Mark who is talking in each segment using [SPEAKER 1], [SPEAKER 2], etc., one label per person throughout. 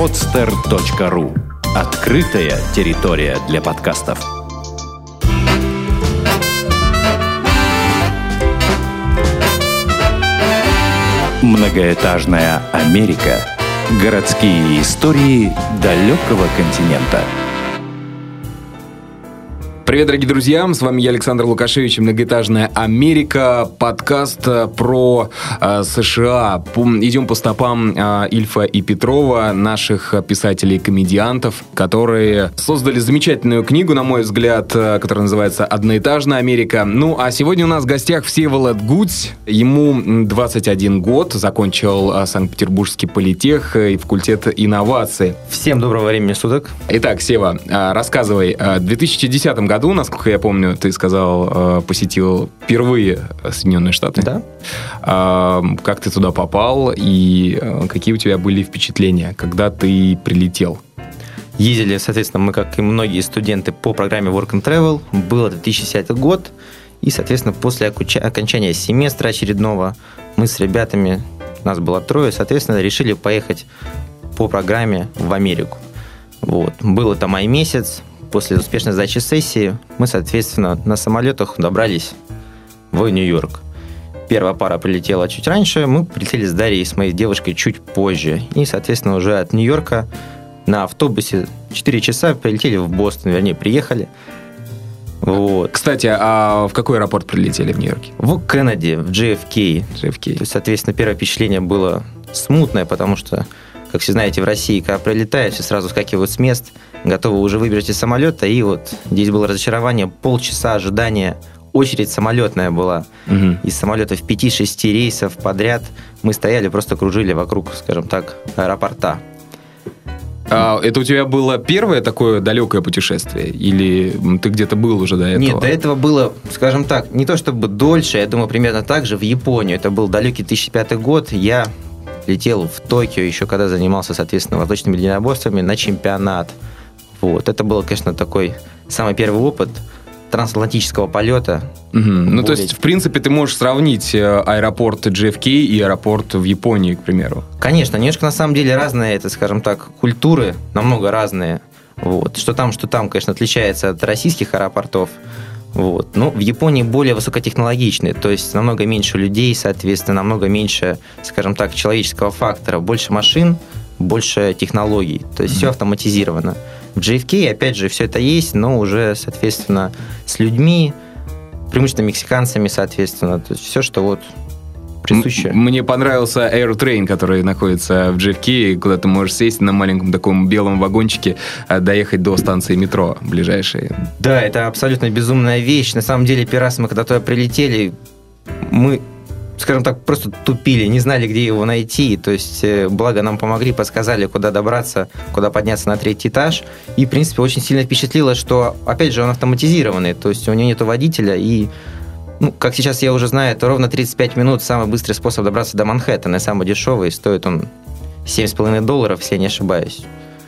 [SPEAKER 1] podster.ru. Открытая территория для подкастов. Многоэтажная Америка. Городские истории далекого континента.
[SPEAKER 2] Привет, дорогие друзья, с вами я, Александр Лукашевич, «Многоэтажная Америка», подкаст про США. Идем по стопам Ильфа и Петрова, наших писателей и комедиантов, которые создали замечательную книгу, на мой взгляд, которая называется «Одноэтажная Америка». Ну, а сегодня у нас в гостях Всеволод Гудзь. Ему 21 год, закончил Санкт-Петербургский политех и факультет инноваций.
[SPEAKER 3] Всем доброго времени суток.
[SPEAKER 2] Итак, Сева, рассказывай. В 2010 году, насколько я помню, ты сказал, посетил впервые Соединенные Штаты.
[SPEAKER 3] Да.
[SPEAKER 2] Как ты туда попал и какие у тебя были впечатления, когда ты прилетел?
[SPEAKER 3] Ездили, соответственно, мы, как и многие студенты, по программе Work and Travel. Было 2010 год. И, соответственно, после окончания семестра очередного мы с ребятами, нас было 3, соответственно, решили поехать по программе в Америку. Вот. Был это май месяц. После успешной сдачи сессии мы, соответственно, на самолетах добрались в Нью-Йорк. Первая пара прилетела чуть раньше, мы прилетели с Дарьей, с моей девушкой, чуть позже. И, соответственно, уже от Нью-Йорка на автобусе 4 часа прилетели в Бостон, вернее, приехали. Вот.
[SPEAKER 2] Кстати, а в какой аэропорт прилетели в Нью-Йорке?
[SPEAKER 3] В Кеннеди, в JFK. То есть, соответственно, первое впечатление было смутное, потому что, как все знаете, в России, когда прилетаешь, все сразу скакивают с мест, готовы уже выбежать из самолета, и вот здесь было разочарование, полчаса ожидания, очередь самолетная была. Из самолетов 5-6 рейсов подряд мы стояли, просто кружили вокруг, скажем так, аэропорта.
[SPEAKER 2] Это у тебя было первое такое далекое путешествие? Или ты где-то был уже до этого?
[SPEAKER 3] Нет, до этого было, скажем так, не то чтобы дольше, я думаю, примерно так же в Японию. Это был далекий 2005 год, я летел в Токио, еще когда занимался, соответственно, восточными единоборствами на чемпионат. Вот. Это был, конечно, такой самый первый опыт трансатлантического полета.
[SPEAKER 2] Ну, то есть, в принципе, ты можешь сравнить аэропорт JFK и аэропорт в Японии, к примеру.
[SPEAKER 3] Конечно, немножко на самом деле разные, это, скажем так, культуры, намного разные. Вот. Что там, конечно, отличается от российских аэропортов. Вот. Но в Японии более высокотехнологичные, то есть намного меньше людей, соответственно, намного меньше, скажем так, человеческого фактора, больше машин, больше технологий, то есть все автоматизировано. В JFK, опять же, все это есть, но уже, соответственно, с людьми, преимущественно мексиканцами, соответственно, то есть все, что вот присуще.
[SPEAKER 2] Мне понравился AirTrain, который находится в JFK, куда ты можешь сесть на маленьком таком белом вагончике, доехать до станции метро ближайшей.
[SPEAKER 3] Да, это абсолютно безумная вещь. На самом деле, первый раз мы когда туда прилетели, мы, скажем так, просто тупили, не знали, где его найти. То есть, благо нам помогли, подсказали, куда добраться, куда подняться на 3-й этаж. И, в принципе, очень сильно впечатлило, что, опять же, он автоматизированный. То есть, у него нет водителя. И, как сейчас я уже знаю, это ровно 35 минут самый быстрый способ добраться до Манхэттена. Самый дешевый. Стоит он $7,5, если я не ошибаюсь.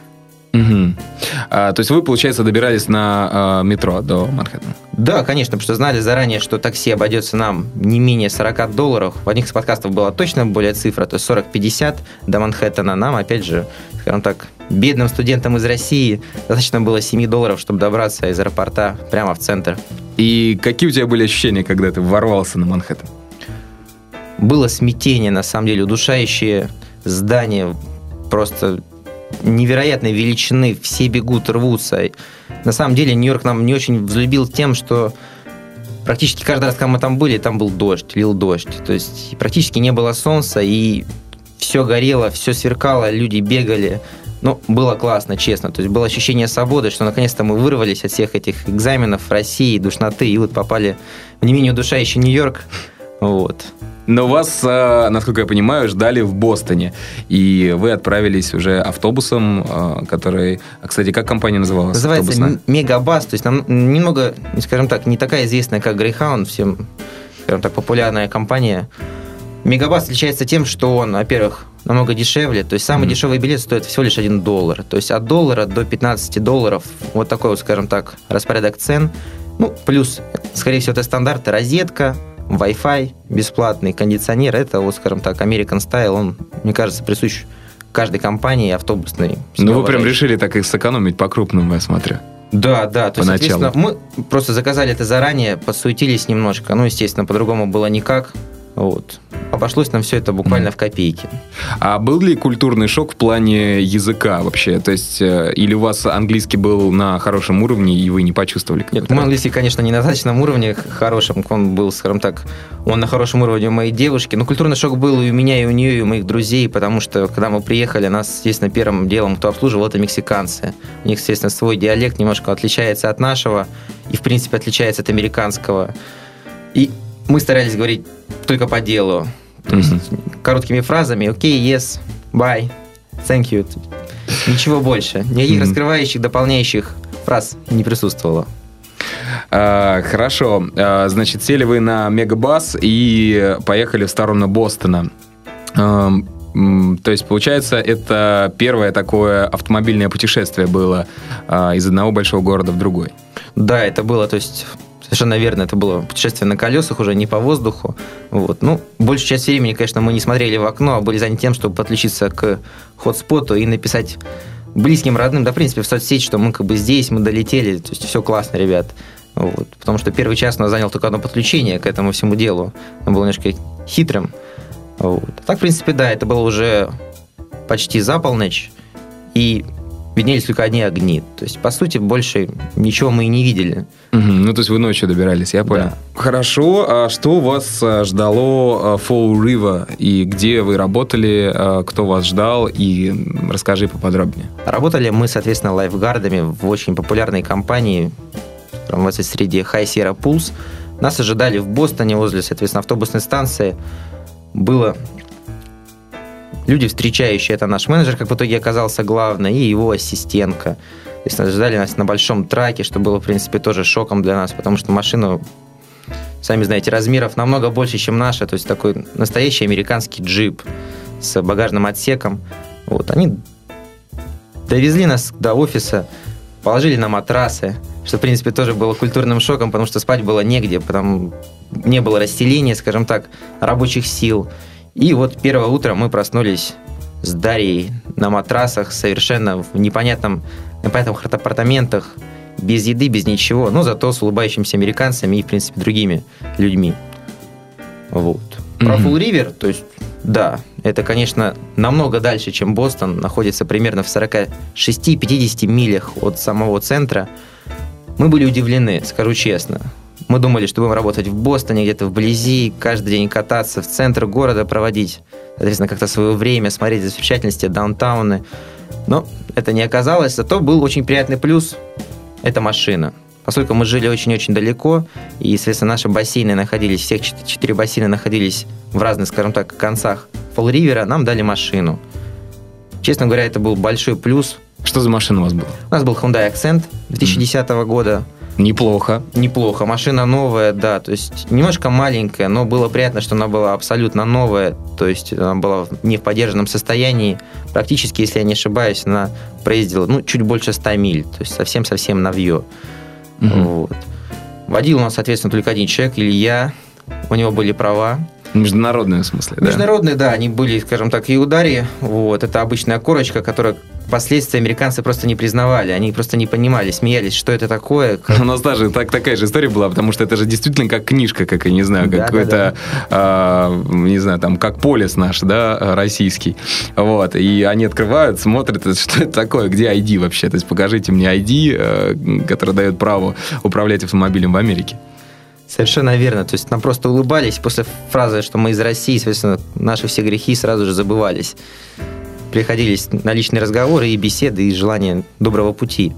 [SPEAKER 2] То есть вы, получается, добирались на метро до Манхэттена?
[SPEAKER 3] Да, конечно, потому что знали заранее, что такси обойдется нам не менее $40. В одних из подкастов была точно более цифра, то есть 40-50 до Манхэттена. Нам, опять же, скажем так, бедным студентам из России достаточно было $7, чтобы добраться из аэропорта прямо в центр.
[SPEAKER 2] И какие у тебя были ощущения, когда ты ворвался на Манхэттен?
[SPEAKER 3] Было смятение, на самом деле, удушающее здание, просто невероятной величины, все бегут, рвутся. На самом деле Нью-Йорк нам не очень взлюбил тем, что практически каждый раз, когда мы там были, там был дождь, лил дождь. То есть практически не было солнца, и все горело, все сверкало, люди бегали. Было классно, честно. То есть было ощущение свободы, что наконец-то мы вырвались от всех этих экзаменов России, душноты, и вот попали в не менее удушающий Нью-Йорк. Вот.
[SPEAKER 2] Но вас, насколько я понимаю, ждали в Бостоне. И вы отправились уже автобусом, который... Кстати, как компания называлась?
[SPEAKER 3] Называется Мегабас. То есть нам немного, скажем так, не такая известная, как Greyhound, всем, скажем так, популярная компания. Мегабас отличается тем, что он, во-первых, намного дешевле. То есть самый дешевый билет стоит всего лишь $1. То есть от $1 до $15. Вот такой вот, скажем так, распорядок цен. Плюс, скорее всего, это стандарты, розетка, Wi-Fi бесплатный, кондиционер. Это, вот, скажем так, American Style, он, мне кажется, присущ каждой компании автобусной.
[SPEAKER 2] Ну, вы прям решили так их сэкономить по-крупному, я смотрю.
[SPEAKER 3] Да. То есть, соответственно, мы просто заказали это заранее, подсуетились немножко. Ну, естественно, по-другому было никак. Вот. Обошлось нам все это буквально в копейки.
[SPEAKER 2] А был ли культурный шок в плане языка вообще? То есть, или у вас английский был на хорошем уровне, и вы не почувствовали?
[SPEAKER 3] Нет, мой английский, конечно, не на достаточном уровне хорошем. Он был, скажем так, он на хорошем уровне у моей девушки. Но культурный шок был и у меня, и у нее, и у моих друзей, потому что, когда мы приехали, нас, естественно, первым делом, кто обслуживал, это мексиканцы. У них, естественно, свой диалект немножко отличается от нашего, и, в принципе, отличается от американского. И мы старались говорить только по делу. То есть короткими фразами «окей, yes, bye, thank you». Ничего больше. Никаких раскрывающих, дополняющих фраз не присутствовало.
[SPEAKER 2] Хорошо. Значит, сели вы на мегабас и поехали в сторону Бостона. То есть, получается, это первое такое автомобильное путешествие было из одного большого города в другой.
[SPEAKER 3] Да, это было, то есть... Совершенно верно, это было путешествие на колесах, уже не по воздуху. Вот. Ну, большую часть времени, конечно, мы не смотрели в окно, а были заняты тем, чтобы подключиться к хотспоту и написать близким, родным, да, в принципе, в соцсети, что мы как бы здесь, мы долетели, то есть все классно, ребят. Вот. Потому что первый час у нас занял только одно подключение к этому всему делу. Оно было немножко хитрым. Вот. Так, в принципе, да, это было уже почти за полночь, и виднелись только одни огни. То есть, по сути, больше ничего мы и не видели.
[SPEAKER 2] Ну, то есть вы ночью добирались, я понял. Да. Хорошо. А что вас ждало в Fall River? И где вы работали? Кто вас ждал? И расскажи поподробнее.
[SPEAKER 3] Работали мы, соответственно, лайфгардами в очень популярной компании в среде High Sierra Pools. Нас ожидали в Бостоне возле, соответственно, автобусной станции. Было... Люди, встречающие, это наш менеджер, как в итоге оказался главный, и его ассистентка. То есть ждали нас на большом траке, что было, в принципе, тоже шоком для нас, потому что машина, сами знаете, размеров намного больше, чем наша. То есть такой настоящий американский джип с багажным отсеком. Вот. Они довезли нас до офиса, положили на матрасы, что, в принципе, тоже было культурным шоком, потому что спать было негде, потому не было расселения, скажем так, рабочих сил. И вот первое утро мы проснулись с Дарьей на матрасах, совершенно в непонятных апартаментах, без еды, без ничего, но зато с улыбающимися американцами и, в принципе, другими людьми. Вот. Про Fall River, то есть, да, это, конечно, намного дальше, чем Бостон, находится примерно в 46-50 милях от самого центра. Мы были удивлены, скажу честно. Мы думали, что будем работать в Бостоне, где-то вблизи, каждый день кататься, в центр города проводить, соответственно, как-то свое время, смотреть достопримечательности, даунтауны. Но это не оказалось. Зато был очень приятный плюс – это машина. Поскольку мы жили очень-очень далеко, и, соответственно, наши бассейны находились, всех 4 бассейна находились в разных, скажем так, концах Fall River, нам дали машину. Честно говоря, это был большой плюс.
[SPEAKER 2] Что за машина у вас была?
[SPEAKER 3] У нас был Hyundai Accent 2010 года.
[SPEAKER 2] Неплохо.
[SPEAKER 3] Неплохо. Машина новая, да. То есть немножко маленькая, но было приятно, что она была абсолютно новая. То есть она была не в подержанном состоянии. Практически, если я не ошибаюсь, она проездила чуть больше 100 миль. То есть совсем-совсем новье. Вот. Водил у нас, соответственно, только один человек, Илья. У него были права.
[SPEAKER 2] Международные в смысле, да?
[SPEAKER 3] Международные, да. Они были, скажем так, и у Дарьи. Вот. Это обычная корочка, которая впоследствии американцы просто не признавали. Они просто не понимали, смеялись, что это такое.
[SPEAKER 2] У нас даже такая же история была, потому что это же действительно как книжка, как, я не знаю, как какой-то, не знаю, там, как полис наш, да, российский. Вот. И они открывают, смотрят, что это такое, где ID вообще. То есть покажите мне ID, который дает право управлять автомобилем в Америке.
[SPEAKER 3] Совершенно верно. То есть нам просто улыбались после фразы, что мы из России, соответственно, наши все грехи сразу же забывались. Приходились на личные разговоры и беседы, и желание доброго пути.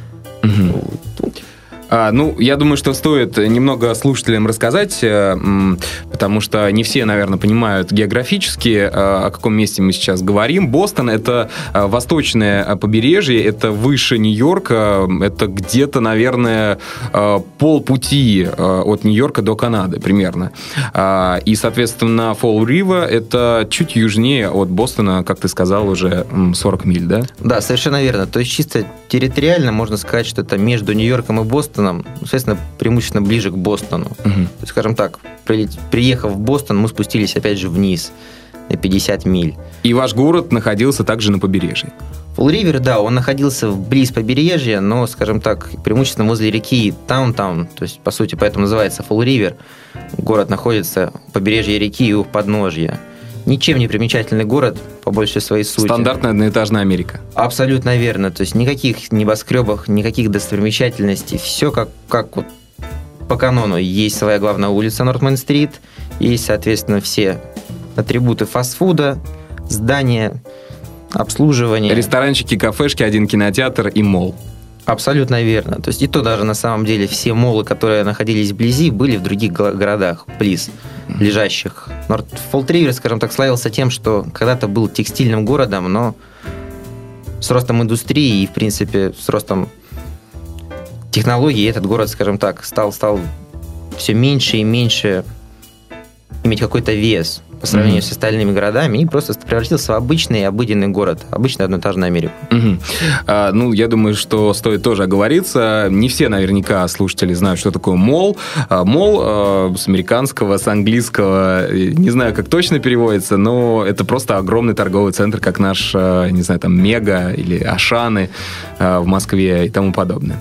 [SPEAKER 2] Я думаю, что стоит немного слушателям рассказать, потому что не все, наверное, понимают географически, о каком месте мы сейчас говорим. Бостон – это восточное побережье, это выше Нью-Йорка, это где-то, наверное, полпути от Нью-Йорка до Канады примерно. И, соответственно, Fall River – это чуть южнее от Бостона, как ты сказал, уже 40 миль, да? Да,
[SPEAKER 3] совершенно верно. То есть чисто территориально можно сказать, что это между Нью-Йорком и Бостоном, соответственно, преимущественно ближе к Бостону. То есть, скажем так, приехав в Бостон, мы спустились опять же вниз. на 50 миль.
[SPEAKER 2] И ваш город находился также на побережье?
[SPEAKER 3] Фолл-Ривер, да, он находился близ побережья, но, скажем так, преимущественно возле реки Таунтаун, то есть, по сути, поэтому называется Фолл-Ривер. Город находится у побережья реки и у подножья. Ничем не примечательный город, по большей своей сути.
[SPEAKER 2] Стандартная одноэтажная Америка.
[SPEAKER 3] Абсолютно верно. То есть никаких небоскребов, никаких достопримечательностей. Все как вот по канону. Есть своя главная улица Нортман-стрит, есть, соответственно, все атрибуты фастфуда, здания, обслуживание.
[SPEAKER 2] Ресторанчики, кафешки, один кинотеатр и молл.
[SPEAKER 3] Абсолютно верно. То есть и то даже на самом деле все моллы, которые находились вблизи, были в других городах, ближайших. Фолл-Ривер, скажем так, славился тем, что когда-то был текстильным городом, но с ростом индустрии и, в принципе, с ростом технологий этот город, скажем так, стал все меньше и меньше иметь какой-то вес по сравнению с остальными городами и просто превратился в обычный обыденный город, обычную одноэтажную Америку.
[SPEAKER 2] Я думаю, что стоит тоже оговориться. Не все наверняка слушатели знают, что такое молл. Молл с американского, с английского, не знаю, как точно переводится, но это просто огромный торговый центр, как наш, не знаю, там Мега или Ашаны в Москве и тому подобное.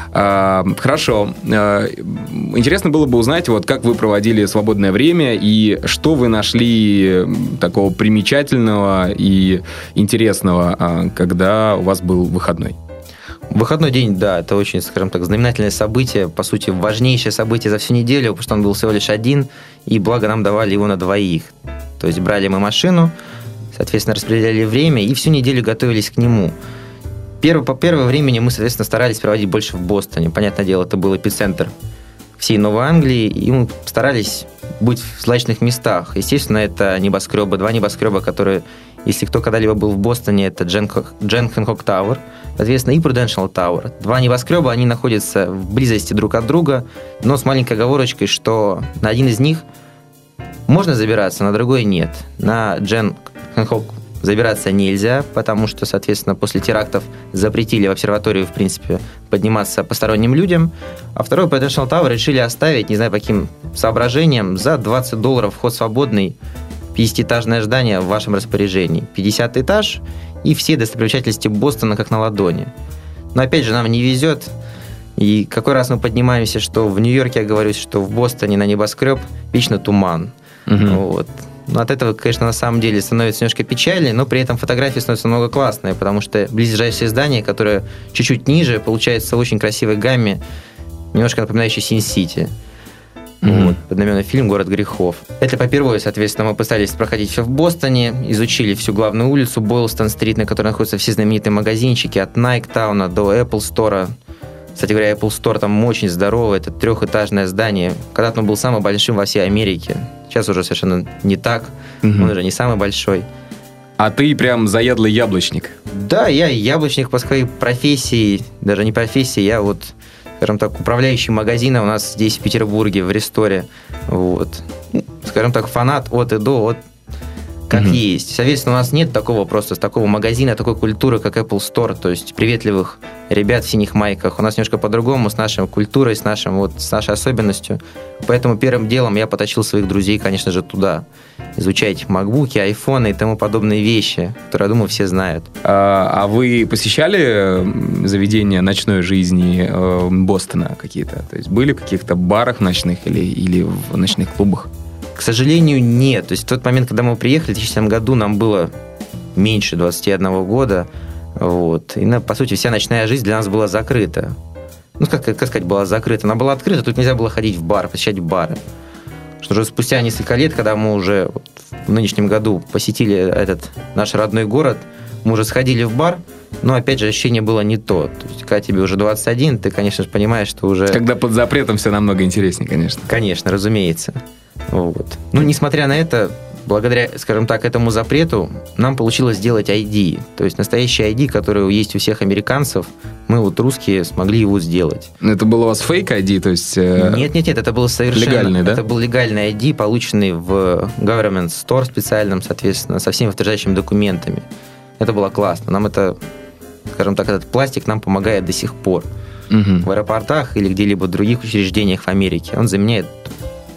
[SPEAKER 2] Хорошо. Интересно было бы узнать, вот как вы проводили свободное время и что вы нашли такого примечательного и интересного, когда у вас был выходной?
[SPEAKER 3] Выходной день, да, это очень, скажем так, знаменательное событие, по сути, важнейшее событие за всю неделю, потому что он был всего лишь один, и благо нам давали его на двоих. То есть брали мы машину, соответственно, распределяли время, и всю неделю готовились к нему. По первому времени мы, соответственно, старались проводить больше в Бостоне. Понятное дело, это был эпицентр всей Новой Англии, и мы старались быть в злачных местах. Естественно, это небоскребы, 2 небоскреба, которые, если кто когда-либо был в Бостоне, это Джен Хэнкок Тауэр, соответственно, и Prudential Тауэр. 2 небоскреба, они находятся в близости друг от друга, но с маленькой оговорочкой, что на один из них можно забираться, на другой нет. На Джен Хэнкок забираться нельзя, потому что, соответственно, после терактов запретили в обсерваторию, в принципе, подниматься посторонним людям. А второй Prudential Tower решили оставить, не знаю по каким соображениям, за $20 вход свободный, 50-этажное здание в вашем распоряжении. 50 этаж и все достопримечательности Бостона как на ладони. Но опять же, нам не везет. И какой раз мы поднимаемся, что в Нью-Йорке, я говорю, что в Бостоне на небоскреб вечно туман. Вот. Но от этого, конечно, на самом деле становится немножко печальнее, но при этом фотографии становятся много классные, потому что ближайшее здание, которое чуть-чуть ниже, получается в очень красивой гамме, немножко напоминающей Син-Сити. Вот, одноименный фильм «Город грехов». Это попервые, соответственно, мы пытались проходить все в Бостоне, изучили всю главную улицу Бойлстон-стрит, на которой находятся все знаменитые магазинчики от Найктауна до Apple Store. Кстати говоря, Apple Store там очень здоровый, это 3-этажное здание. Когда-то он был самым большим во всей Америке. Сейчас уже совершенно не так, он уже не самый большой.
[SPEAKER 2] А ты прям заядлый яблочник.
[SPEAKER 3] Да, я яблочник по своей профессии, даже не профессии, я вот, скажем так, управляющий магазина у нас здесь в Петербурге, в Ресторе. Вот. Скажем так, фанат от и до, как есть. Соответственно, у нас нет такого магазина, такой культуры, как Apple Store, то есть приветливых ребят в синих майках. У нас немножко по-другому, с нашей культурой, с нашей особенностью. Поэтому первым делом я потащил своих друзей, конечно же, туда. Изучать макбуки, айфоны и тому подобные вещи, которые, я думаю, все знают.
[SPEAKER 2] А вы посещали заведения ночной жизни Бостона какие-то? То есть были в каких-то барах ночных или в ночных клубах?
[SPEAKER 3] К сожалению, нет. То есть в тот момент, когда мы приехали, в 2007 году, нам было меньше 21 года. Вот. И, по сути, вся ночная жизнь для нас была закрыта. Ну, как сказать, была закрыта? Она была открыта, тут нельзя было ходить в бар, посещать бары. Что уже спустя несколько лет, когда мы уже в нынешнем году посетили этот наш родной город, мы уже сходили в бар, но, опять же, ощущение было не то. То есть, когда тебе уже 21, ты, конечно же, понимаешь, что уже...
[SPEAKER 2] Когда под запретом все намного интереснее, конечно.
[SPEAKER 3] Конечно, разумеется. Вот. Ну, несмотря на это, благодаря, скажем так, этому запрету, нам получилось сделать ID. То есть настоящий ID, который есть у всех американцев, мы вот русские смогли его сделать.
[SPEAKER 2] Это был у вас фейк ID? То есть...
[SPEAKER 3] Нет, это был совершенно...
[SPEAKER 2] Легальный, да?
[SPEAKER 3] Это был легальный ID, полученный в Government Store специальном, соответственно, со всеми подтверждающими документами. Это было классно. Нам это, скажем так, этот пластик нам помогает до сих пор. В аэропортах или где-либо в других учреждениях в Америке. Он заменяет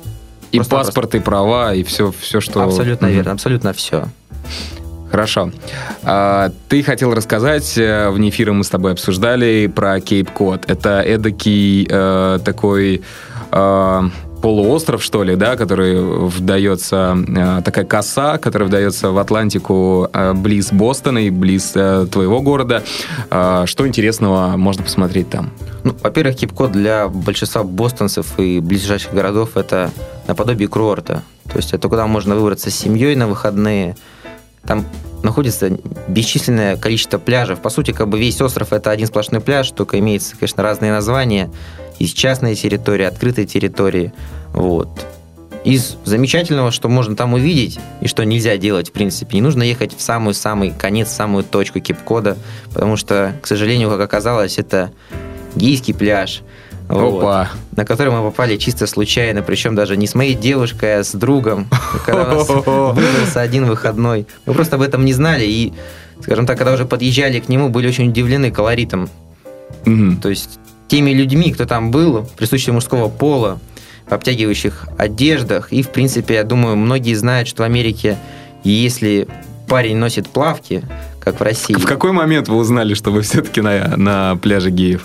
[SPEAKER 2] И паспорт, и права, и все, что...
[SPEAKER 3] Абсолютно верно, абсолютно все.
[SPEAKER 2] Хорошо. Ты хотел рассказать, вне эфира мы с тобой обсуждали про Кейп-Код. Это эдакий такой полуостров, что ли, да, который вдается, такая коса, которая вдается в Атлантику близ Бостона и близ твоего города. Что интересного можно посмотреть там?
[SPEAKER 3] Ну, во-первых, Кейп-Код для большинства бостонцев и ближайших городов это наподобие курорта. То есть это куда можно выбраться с семьей на выходные. Там находится бесчисленное количество пляжей. По сути, как бы весь остров – это один сплошной пляж, только имеется, конечно, разные названия. Есть частные территории, открытые территории. Вот. Из замечательного, что можно там увидеть, и что нельзя делать, в принципе, не нужно ехать в самый-самый конец, в самую точку Кейп-Кода, потому что, к сожалению, как оказалось, это гейский пляж. Вот, на который мы попали чисто случайно, причем даже не с моей девушкой, а с другом, когда у нас выдался один выходной. Мы просто об этом не знали, и, скажем так, когда уже подъезжали к нему, были очень удивлены колоритом. То есть теми людьми, кто там был, присутствие мужского пола, в обтягивающих одеждах, и, в принципе, я думаю, многие знают, что в Америке, если парень носит плавки, как в России...
[SPEAKER 2] В какой момент вы узнали, что вы все-таки на пляже геев?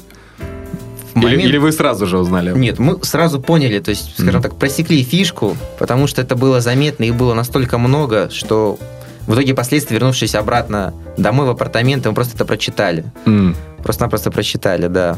[SPEAKER 2] Или вы сразу же узнали?
[SPEAKER 3] Нет, мы сразу поняли, то есть, скажем так, просекли фишку, потому что это было заметно, их было настолько много, что в итоге впоследствии, вернувшись обратно домой в апартаменты, мы просто это прочитали. Просто-напросто прочитали, да.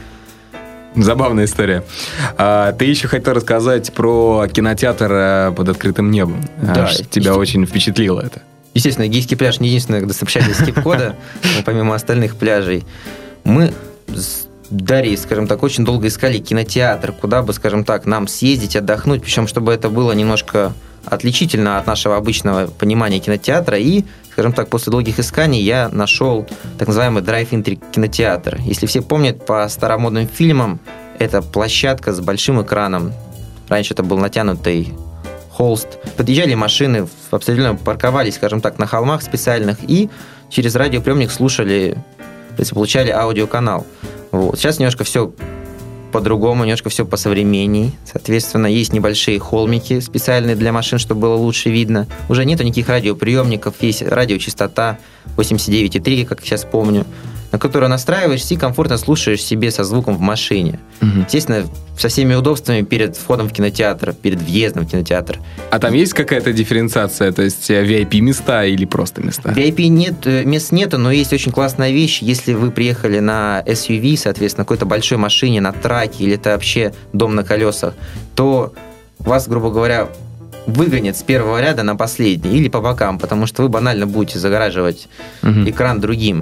[SPEAKER 2] Забавная история. Ты еще хотел рассказать про кинотеатр под открытым небом.
[SPEAKER 3] Да.
[SPEAKER 2] Тебя очень впечатлило это.
[SPEAKER 3] Естественно, гейский пляж не единственный достопримечательность Кейп-Кода, помимо остальных пляжей. Мы с Дарьей, скажем так, очень долго искали кинотеатр, куда бы, скажем так, нам съездить, отдохнуть, причем чтобы это было немножко отличительно от нашего обычного понимания кинотеатра. И, скажем так, после долгих исканий я нашел так называемый драйв-ин кинотеатр. Если все помнят, по старомодным фильмам, это площадка с большим экраном. Раньше это был натянутый холст. Подъезжали машины, абсолютно парковались, скажем так, на холмах специальных и через радиоприемник слушали, то есть получали аудиоканал. Вот. Сейчас немножко все по-другому, немножко все посовременней. Соответственно, есть небольшие холмики специальные для машин, чтобы было лучше видно. Уже нету никаких радиоприемников, есть радиочастота 89,3, как сейчас помню, на которую настраиваешься и комфортно слушаешь себе со звуком в машине. Естественно, со всеми удобствами перед входом в кинотеатр, перед въездом в кинотеатр.
[SPEAKER 2] А там есть какая-то дифференциация, то есть VIP-места или просто места?
[SPEAKER 3] VIP мест нету, но есть очень классная вещь. Если вы приехали на SUV, соответственно, какой-то большой машине, на траке, или это вообще дом на колесах, то вас, грубо говоря, выгонят с первого ряда на последний или по бокам, потому что вы банально будете загораживать экран другим.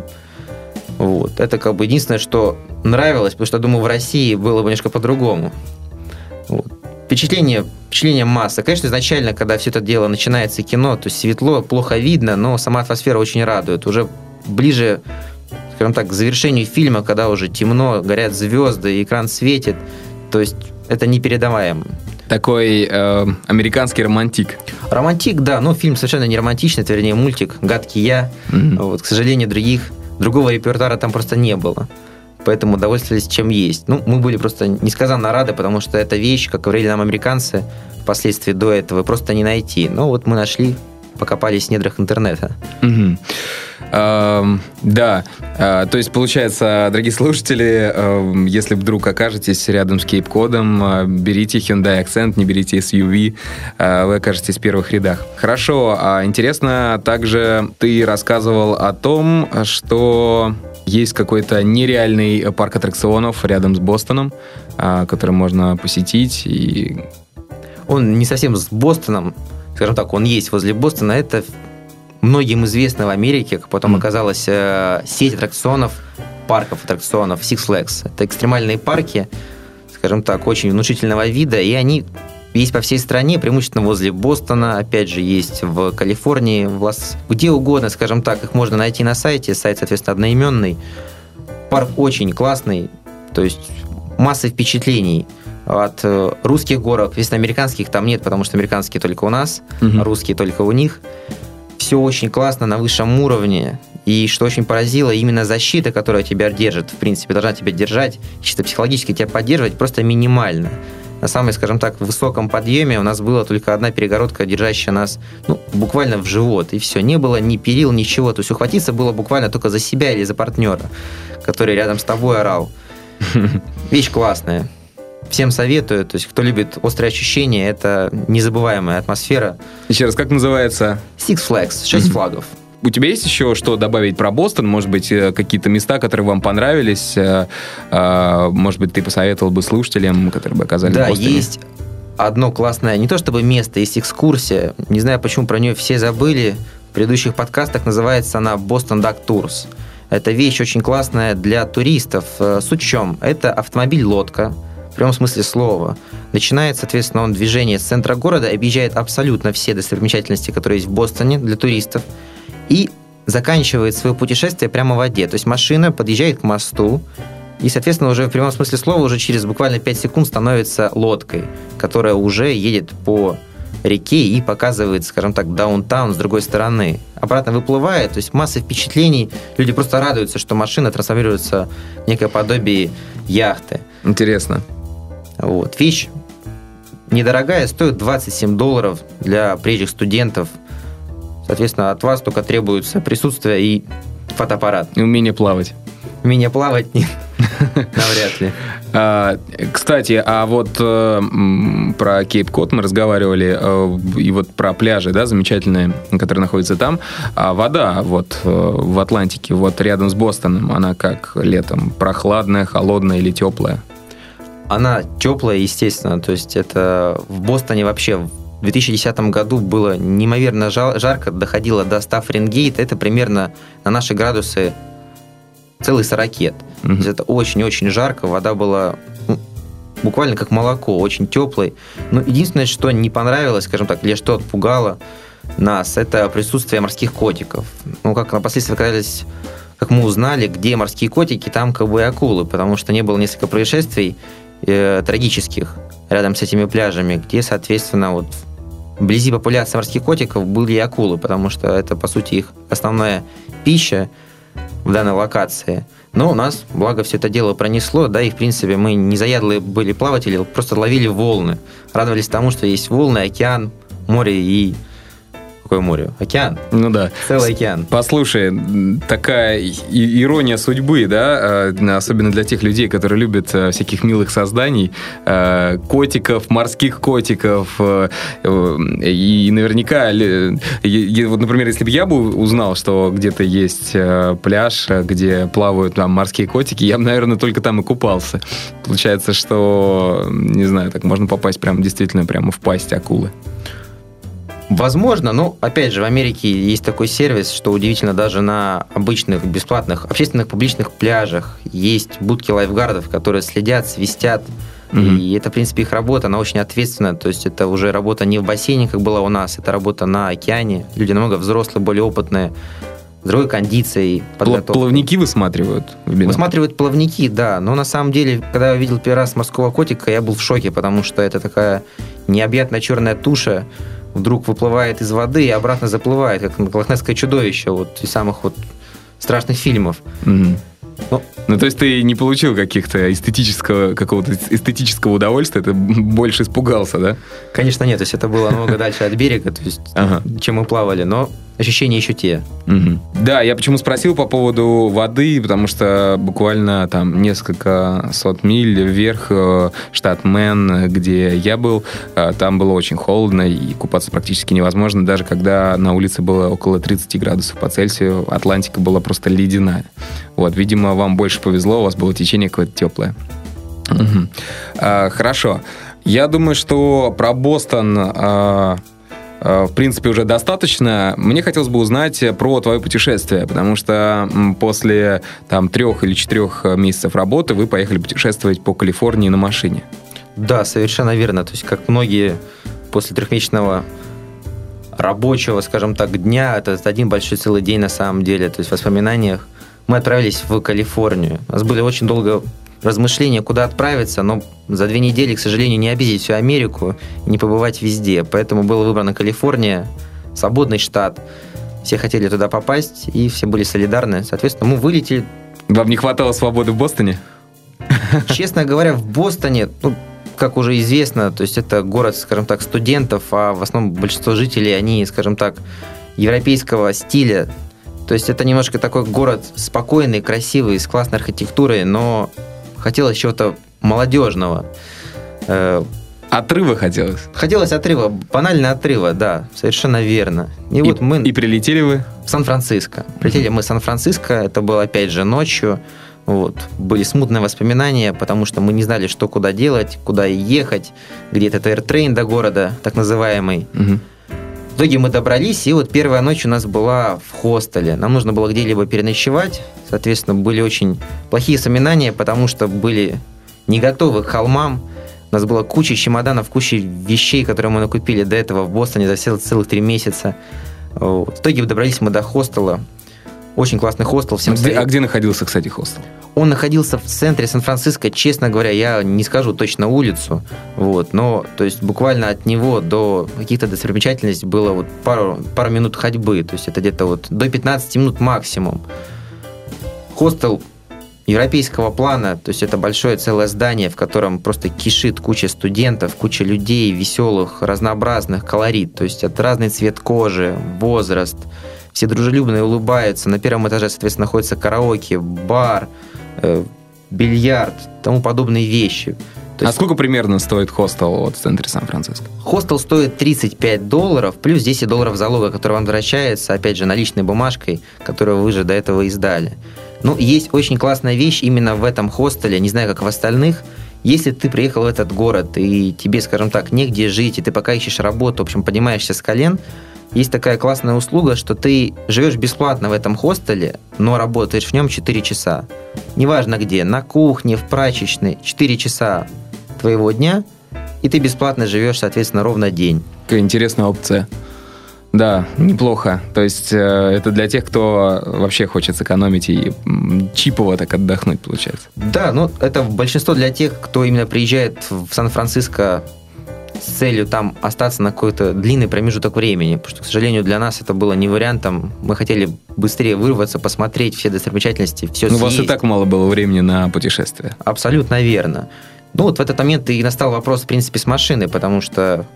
[SPEAKER 3] Вот. Это как бы единственное, что нравилось, потому что, думаю, в России было бы немножко по-другому. Вот. Впечатление масса. Конечно, изначально, когда все это дело начинается кино, то есть светло, плохо видно, но сама атмосфера очень радует. Уже ближе, скажем так, к завершению фильма, когда уже темно, горят звезды, экран светит, то есть это непередаваемо.
[SPEAKER 2] Такой американский романтик.
[SPEAKER 3] Романтик, да, но фильм совершенно не романтичный, это, вернее, мультик «Гадкий я». Вот, к сожалению, другого репертуара там просто не было. Поэтому довольствовались чем есть. Ну, мы были просто несказанно рады, потому что эта вещь, как говорили нам американцы, впоследствии до этого просто не найти. Но вот мы нашли, покопались в недрах интернета.
[SPEAKER 2] Да, то есть, получается, дорогие слушатели, если вдруг окажетесь рядом с Кейп-Кодом, берите Hyundai Accent, не берите SUV, вы окажетесь в первых рядах. Хорошо, интересно, также ты рассказывал о том, что есть какой-то нереальный парк аттракционов рядом с Бостоном, который можно посетить. И...
[SPEAKER 3] Он не совсем с Бостоном, скажем так, он есть возле Бостона, это... Многим известна в Америке, как потом оказалось, сеть аттракционов, парков аттракционов Six Flags. Это экстремальные парки, скажем так, очень внушительного вида, и они есть по всей стране, преимущественно возле Бостона, опять же, есть в Калифорнии, где угодно, скажем так, их можно найти на сайте, сайт, соответственно, одноименный. Парк очень классный, то есть масса впечатлений от русских горок, естественно, американских там нет, потому что американские только у нас, русские только у них. Все очень классно, на высшем уровне. И что очень поразило, именно защита, которая тебя держит, в принципе, должна тебя держать, чисто психологически тебя поддерживать, просто минимально. на самом, скажем так, высоком подъеме у нас была только одна перегородка, держащая нас буквально в живот, и все. Не было ни перил, ничего. То есть ухватиться было буквально только за себя или за партнера, который рядом с тобой орал. Вещь классная. Всем советую. То есть, кто любит острые ощущения, это незабываемая атмосфера.
[SPEAKER 2] Еще раз, как называется?
[SPEAKER 3] Six Flags, 6 флагов.
[SPEAKER 2] У тебя есть еще что добавить про Бостон? Может быть, какие-то места, которые вам понравились? Может быть, ты посоветовал бы слушателям, которые бы оказались в Бостоне?
[SPEAKER 3] Да, есть одно классное, не то чтобы место, есть экскурсия. Не знаю, почему про нее все забыли. В предыдущих подкастах называется она Boston Duck Tours. Это вещь очень классная для туристов. Суть в чем? Это автомобиль-лодка, в прямом смысле слова. Начинает, соответственно, он движение с центра города, объезжает абсолютно все достопримечательности, которые есть в Бостоне для туристов, и заканчивает свое путешествие прямо в воде. То есть машина подъезжает к мосту, и, соответственно, уже в прямом смысле слова уже через буквально 5 секунд становится лодкой, которая уже едет по реке и показывает, скажем так, даунтаун с другой стороны. Обратно выплывает, то есть масса впечатлений. Люди просто радуются, что машина трансформируется в некое подобие яхты.
[SPEAKER 2] Интересно.
[SPEAKER 3] Вот. Вещь недорогая, стоит $27 для приезжих студентов. Соответственно, от вас только требуется присутствие и фотоаппарат.
[SPEAKER 2] И умение плавать.
[SPEAKER 3] Умение плавать навряд ли.
[SPEAKER 2] Кстати, а вот про Кейп-Кот мы разговаривали, и вот про пляжи, да, замечательные, которые находятся там. А вода вот в Атлантике, вот рядом с Бостоном, она как летом? Прохладная, холодная или теплая?
[SPEAKER 3] Она теплая, естественно. То есть это в Бостоне вообще в 2010 году было неимоверно жарко, доходило до 100 Фаренгейт. Это примерно на наши градусы целый 40. То есть это очень-очень жарко. Вода была буквально как молоко, очень теплой. Но единственное, что не понравилось, скажем так, или что отпугало нас, это присутствие морских котиков. Как впоследствии оказались, как мы узнали, где морские котики, там и акулы, потому что не было несколько происшествий трагических рядом с этими пляжами, где, соответственно, вот вблизи популяции морских котиков были и акулы, потому что это, по сути, их основная пища в данной локации. Но у нас, благо, все это дело пронесло, да, и, в принципе, мы не заядлые были плаватели, просто ловили волны. Радовались тому, что есть волны, океан, море и... Какое море? Океан.
[SPEAKER 2] Ну да.
[SPEAKER 3] Целый океан.
[SPEAKER 2] Послушай, такая ирония судьбы, да, особенно для тех людей, которые любят всяких милых созданий, котиков, морских котиков, и наверняка, вот, например, если бы я бы узнал, что где-то есть пляж, где плавают там морские котики, я бы, наверное, только там и купался. Получается, что, не знаю, так можно попасть прям действительно прямо в пасть акулы.
[SPEAKER 3] Возможно, но, опять же, в Америке есть такой сервис, что удивительно, даже на обычных, бесплатных, общественных, публичных пляжах есть будки лайфгардов, которые следят, свистят. И это, в принципе, их работа, она очень ответственная. То есть это уже работа не в бассейне, как была у нас, это работа на океане. Люди намного взрослые, более опытные, с другой кондицией, подготовкой.
[SPEAKER 2] Плавники высматривают?
[SPEAKER 3] Высматривают плавники, да. Но на самом деле, когда я увидел первый раз морского котика, я был в шоке, потому что это такая необъятная черная туша, вдруг выплывает из воды и обратно заплывает, как лохнесское чудовище вот, из самых вот страшных фильмов.
[SPEAKER 2] Ну, то есть ты не получил какого-то эстетического удовольствия, ты больше испугался, да?
[SPEAKER 3] Конечно, нет. То есть это было намного дальше от берега, то есть, чем мы плавали, но ощущения еще те.
[SPEAKER 2] Да, я почему спросил по поводу воды, потому что буквально там несколько сот миль вверх, штат Мэн, где я был, там было очень холодно и купаться практически невозможно, даже когда на улице было около 30 градусов по Цельсию, Атлантика была просто ледяная. Вот, видимо, вам больше повезло, у вас было течение какое-то теплое. Хорошо. Я думаю, что про Бостон... в принципе, уже достаточно. Мне хотелось бы узнать про твое путешествие, потому что после 3 или 4 месяцев работы вы поехали путешествовать по Калифорнии на машине.
[SPEAKER 3] Да, совершенно верно. То есть, как многие после 3-месячного рабочего, скажем так, дня, это один большой целый день на самом деле, то есть в воспоминаниях, мы отправились в Калифорнию. У нас были очень долго размышления, куда отправиться, но за 2 недели, к сожалению, не объездить всю Америку и не побывать везде. Поэтому была выбрана Калифорния, свободный штат. Все хотели туда попасть, и все были солидарны. Соответственно, мы вылетели.
[SPEAKER 2] Вам не хватало свободы в Бостоне?
[SPEAKER 3] Честно говоря, в Бостоне как уже известно, то есть это город, скажем так, студентов, а в основном большинство жителей, они, скажем так, европейского стиля. То есть это немножко такой город спокойный, красивый, с классной архитектурой, но хотелось чего-то молодежного.
[SPEAKER 2] Отрыва хотелось?
[SPEAKER 3] Хотелось отрыва, банально отрыва, да, совершенно верно.
[SPEAKER 2] И прилетели вы?
[SPEAKER 3] В Сан-Франциско. Прилетели мы в Сан-Франциско, это было опять же ночью. Вот. Были смутные воспоминания, потому что мы не знали, что куда делать, куда ехать, где этот AirTrain до города, так называемый.
[SPEAKER 2] Угу.
[SPEAKER 3] В итоге мы добрались, и вот первая ночь у нас была в хостеле. Нам нужно было где-либо переночевать. Соответственно, были очень плохие воспоминания, потому что были не готовы к холмам. У нас была куча чемоданов, куча вещей, которые мы накупили до этого в Бостоне за целых 3 месяца. В итоге добрались мы до хостела. Очень классный хостел.
[SPEAKER 2] А где находился, кстати, хостел?
[SPEAKER 3] Он находился в центре Сан-Франциско. Честно говоря, я не скажу точно улицу. Вот, но то есть буквально от него до каких-то достопримечательностей было вот пару минут ходьбы. То есть это где-то вот до 15 минут максимум. Хостел европейского плана, то есть это большое целое здание, в котором просто кишит куча студентов, куча людей веселых, разнообразных, колорит. То есть это разный цвет кожи, возраст. Все дружелюбно улыбаются. На первом этаже, соответственно, находится караоке, бар, бильярд, тому подобные вещи.
[SPEAKER 2] Сколько примерно стоит хостел вот в центре Сан-Франциско?
[SPEAKER 3] Хостел стоит $35, плюс $10 залога, который вам возвращается, опять же, наличной бумажкой, которую вы же до этого издали. Ну, есть очень классная вещь именно в этом хостеле, не знаю, как в остальных. Если ты приехал в этот город, и тебе, скажем так, негде жить, и ты пока ищешь работу, в общем, поднимаешься с колен, есть такая классная услуга, что ты живешь бесплатно в этом хостеле, но работаешь в нем 4 часа. Неважно где, на кухне, в прачечной, 4 часа твоего дня, и ты бесплатно живешь, соответственно, ровно день.
[SPEAKER 2] Какая интересная опция. Да, неплохо. То есть это для тех, кто вообще хочет сэкономить и чипово так отдохнуть, получается.
[SPEAKER 3] Да, ну это большинство для тех, кто именно приезжает в Сан-Франциско с целью там остаться на какой-то длинный промежуток времени, потому что, к сожалению, для нас это было не вариантом. Мы хотели быстрее вырваться, посмотреть все достопримечательности, все съесть.
[SPEAKER 2] У вас и так мало было времени на путешествие.
[SPEAKER 3] Абсолютно верно. Ну вот в этот момент и настал вопрос, в принципе, с машиной, потому что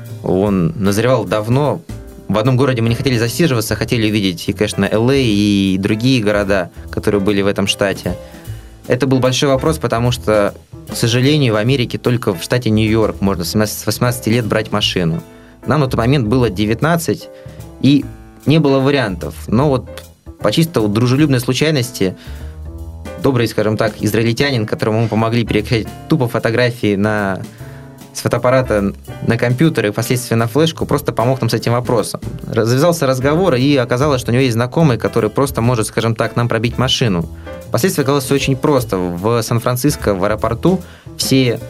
[SPEAKER 3] он назревал давно. В одном городе мы не хотели засиживаться, хотели увидеть и, конечно, Л.А. и другие города, которые были в этом штате. Это был большой вопрос, потому что, к сожалению, в Америке только в штате Нью-Йорк можно с 18 лет брать машину. Нам на тот момент было 19, и не было вариантов. Но вот по чисто дружелюбной случайности добрый, скажем так, израильтянин, которому мы помогли переключать тупо фотографии с фотоаппарата на компьютер и впоследствии на флешку, просто помог нам с этим вопросом. Завязался разговор, и оказалось, что у него есть знакомый, который просто может, скажем так, нам пробить машину. Впоследствии оказалось все очень просто. В Сан-Франциско, в аэропорту, все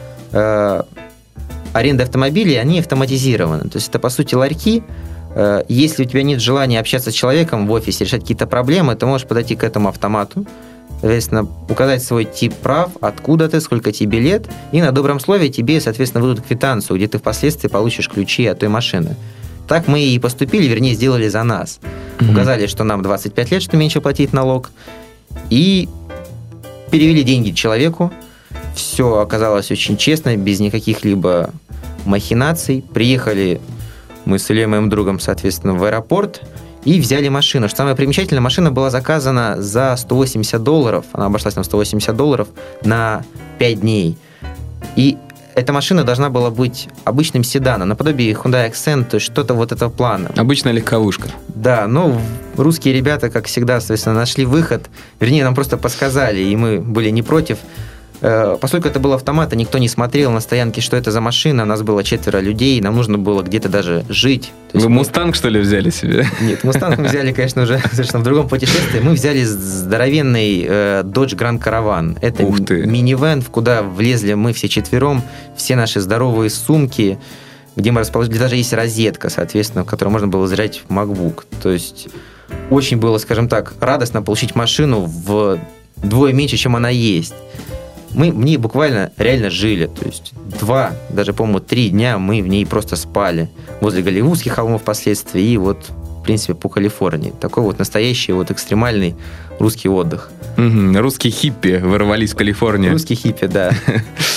[SPEAKER 3] аренды автомобилей, они автоматизированы. То есть это, по сути, ларьки. Если у тебя нет желания общаться с человеком в офисе, решать какие-то проблемы, ты можешь подойти к этому автомату, соответственно, указать свой тип прав, откуда ты, сколько тебе лет, и на добром слове тебе, соответственно, выдадут квитанцию, где ты впоследствии получишь ключи от той машины. Так мы и поступили, вернее, сделали за нас. Указали, что нам 25 лет, что меньше платить налог, и перевели деньги человеку. Все оказалось очень честно, без никаких либо махинаций. Приехали мы с Ильей, моим другом, соответственно, в аэропорт, и взяли машину. Что самое примечательное, машина была заказана за $180. Она обошлась нам $180 на 5 дней. И эта машина должна была быть обычным седаном, наподобие Hyundai Accent, то есть что-то вот этого плана.
[SPEAKER 2] Обычная легковушка.
[SPEAKER 3] Да, но русские ребята, как всегда, соответственно, нашли выход. Вернее, нам просто подсказали, и мы были не против. Поскольку это был автомат, и никто не смотрел на стоянке, что это за машина, нас было 4 людей, нам нужно было где-то даже жить.
[SPEAKER 2] Вы «Мустанг», что ли, взяли себе?
[SPEAKER 3] Нет, «Мустанг» мы взяли, конечно, уже совершенно в другом путешествии. Мы взяли здоровенный Dodge Grand Caravan. Это минивэн, куда влезли мы все 4, все наши здоровые сумки, где мы расположили, даже есть розетка, соответственно, в которой можно было заряжать MacBook. То есть очень было, скажем так, радостно получить машину вдвое меньше, чем она есть. Мы в ней буквально реально жили, то есть 2, даже, по-моему, 3 дня мы в ней просто спали возле Голливудских холмов впоследствии и вот, в принципе, по Калифорнии. Такой вот настоящий вот экстремальный русский отдых.
[SPEAKER 2] Русские хиппи ворвались в Калифорнию.
[SPEAKER 3] Русские хиппи, да.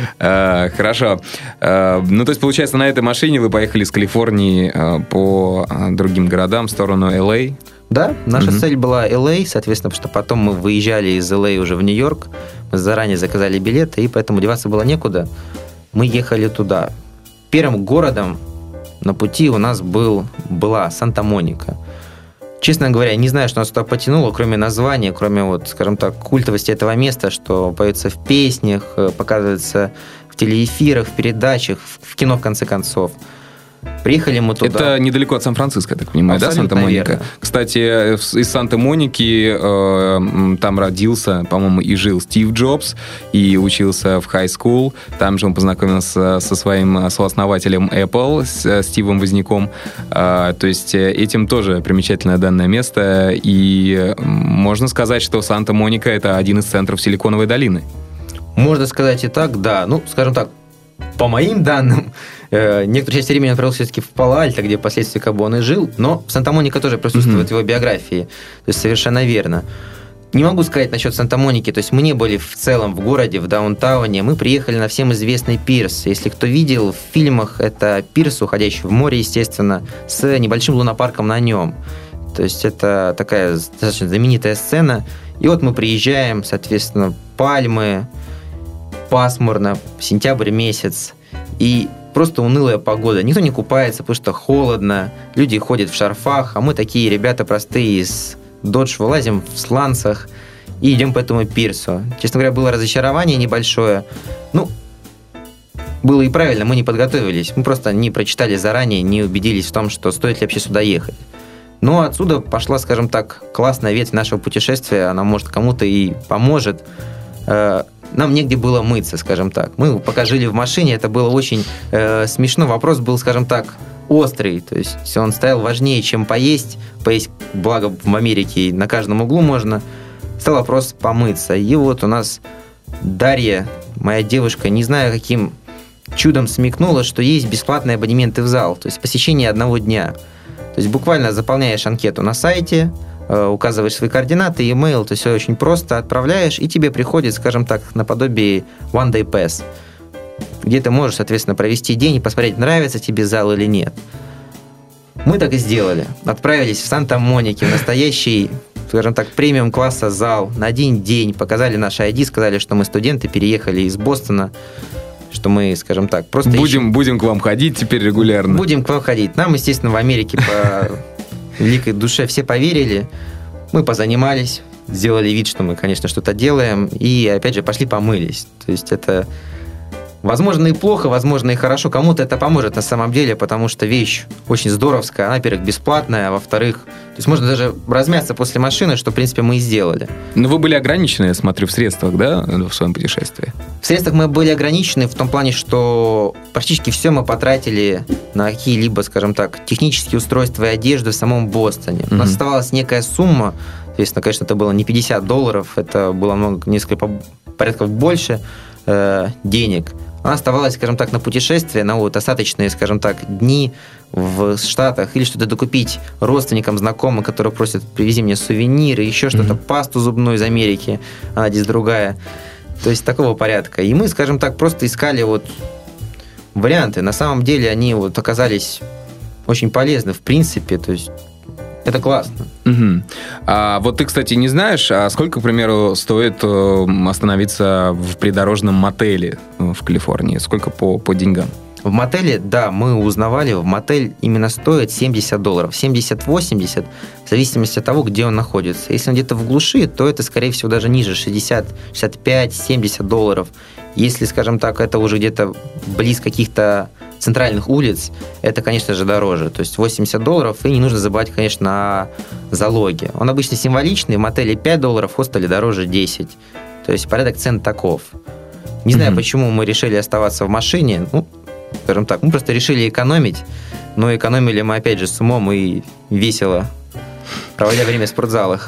[SPEAKER 2] Хорошо. Ну, то есть, получается, на этой машине вы поехали с Калифорнии по другим городам в сторону Л.А.?
[SPEAKER 3] Да, наша цель была Л.А., соответственно, потому что потом мы выезжали из Л.А. уже в Нью-Йорк, мы заранее заказали билеты, и поэтому деваться было некуда. Мы ехали туда. Первым городом на пути у нас была Санта-Моника. Честно говоря, не знаю, что нас туда потянуло, кроме названия, кроме, вот, скажем так, культовости этого места, что поется в песнях, показывается в телеэфирах, в передачах, в кино, в конце концов. Приехали мы туда.
[SPEAKER 2] Это недалеко от Сан-Франциско, я так понимаю, абсолютно, да, Санта-Моника?
[SPEAKER 3] Верно.
[SPEAKER 2] Кстати, из Санта-Моники там родился, по-моему, и жил Стив Джобс, и учился в хай-скул. Там же он познакомился со своим сооснователем Apple, с Стивом Возняком. То есть этим тоже примечательное данное место. И можно сказать, что Санта-Моника — это один из центров Силиконовой долины.
[SPEAKER 3] Можно сказать и так, да. Ну, скажем так, по моим данным, некоторую часть времени он провел все-таки в Пало-Альто, где впоследствии как бы он и жил, но Санта-Моника тоже присутствует в его биографии. То есть совершенно верно. Не могу сказать насчет Санта-Моники, то есть мы не были в целом в городе, в даунтауне, мы приехали на всем известный пирс. Если кто видел в фильмах, это пирс, уходящий в море, естественно, с небольшим лунопарком на нем. То есть это такая достаточно знаменитая сцена. И вот мы приезжаем, соответственно, пальмы, пасмурно, сентябрь месяц, и просто унылая погода. Никто не купается, потому что холодно, люди ходят в шарфах, а мы такие ребята простые из Dodge вылазим в сланцах и идем по этому пирсу. Честно говоря, было разочарование небольшое. Ну, было и правильно, мы не подготовились. Мы просто не прочитали заранее, не убедились в том, что стоит ли вообще сюда ехать. Но отсюда пошла, скажем так, классная ветвь нашего путешествия. Она, может, кому-то и поможет. Нам негде было мыться, скажем так. Мы пока жили в машине, это было очень смешно. Вопрос был, скажем так, острый. То есть он стоял важнее, чем поесть. Поесть, благо, в Америке на каждом углу можно. Стал вопрос помыться. И вот у нас Дарья, моя девушка, не знаю, каким чудом смекнула, что есть бесплатные абонементы в зал. То есть посещение одного дня. То есть буквально заполняешь анкету на сайте, указываешь свои координаты, e-mail, то есть все очень просто, отправляешь, и тебе приходит, скажем так, наподобие One Day Pass, где ты можешь, соответственно, провести день и посмотреть, нравится тебе зал или нет. Мы так и сделали. Отправились в Санта-Монике, в настоящий, скажем так, премиум-класса зал на один день, показали наш ID, сказали, что мы студенты, переехали из Бостона, что мы, скажем так, просто
[SPEAKER 2] Будем к вам ходить теперь регулярно.
[SPEAKER 3] Будем к вам ходить. Нам, естественно, в Америке по великой душе все поверили. Мы позанимались, сделали вид, что мы, конечно, что-то делаем, и, опять же, пошли помылись. То есть это, возможно, и плохо, возможно, и хорошо. Кому-то это поможет на самом деле, потому что вещь очень здоровская. Она, во-первых, бесплатная, а во-вторых, то есть можно даже размяться после машины, что, в принципе, мы и сделали.
[SPEAKER 2] Но вы были ограничены, я смотрю, в средствах, да, в своем путешествии? В
[SPEAKER 3] средствах мы были ограничены в том плане, что практически все мы потратили на какие-либо, скажем так, технические устройства и одежду в самом Бостоне. У нас оставалась некая сумма, естественно, конечно, это было не $50, это было несколько порядков больше денег. Она оставалась, скажем так, на путешествие, на вот остаточные, скажем так, дни в Штатах, или что-то докупить родственникам, знакомым, которые просят, привези мне сувениры, еще что-то, пасту зубную из Америки, она здесь другая. То есть такого порядка. И мы, скажем так, просто искали вот варианты. На самом деле они вот оказались очень полезны, в принципе, то есть это классно.
[SPEAKER 2] А вот ты, кстати, не знаешь, а сколько, к примеру, стоит остановиться в придорожном мотеле в Калифорнии? Сколько по деньгам?
[SPEAKER 3] В мотеле, да, мы узнавали, в мотель именно стоит $70. 70-80, в зависимости от того, где он находится. Если он где-то в глуши, то это, скорее всего, даже ниже, 60, 65, $70. Если, скажем так, это уже где-то близ каких-то центральных улиц, это, конечно же, дороже. То есть $80, и не нужно забывать, конечно, о залоге. Он обычно символичный, в мотеле $5, в хостеле дороже 10. То есть порядок цен таков. Не знаю, почему мы решили оставаться в машине, скажем так, мы просто решили экономить, но экономили мы, опять же, с умом и весело, проводя время в спортзалах.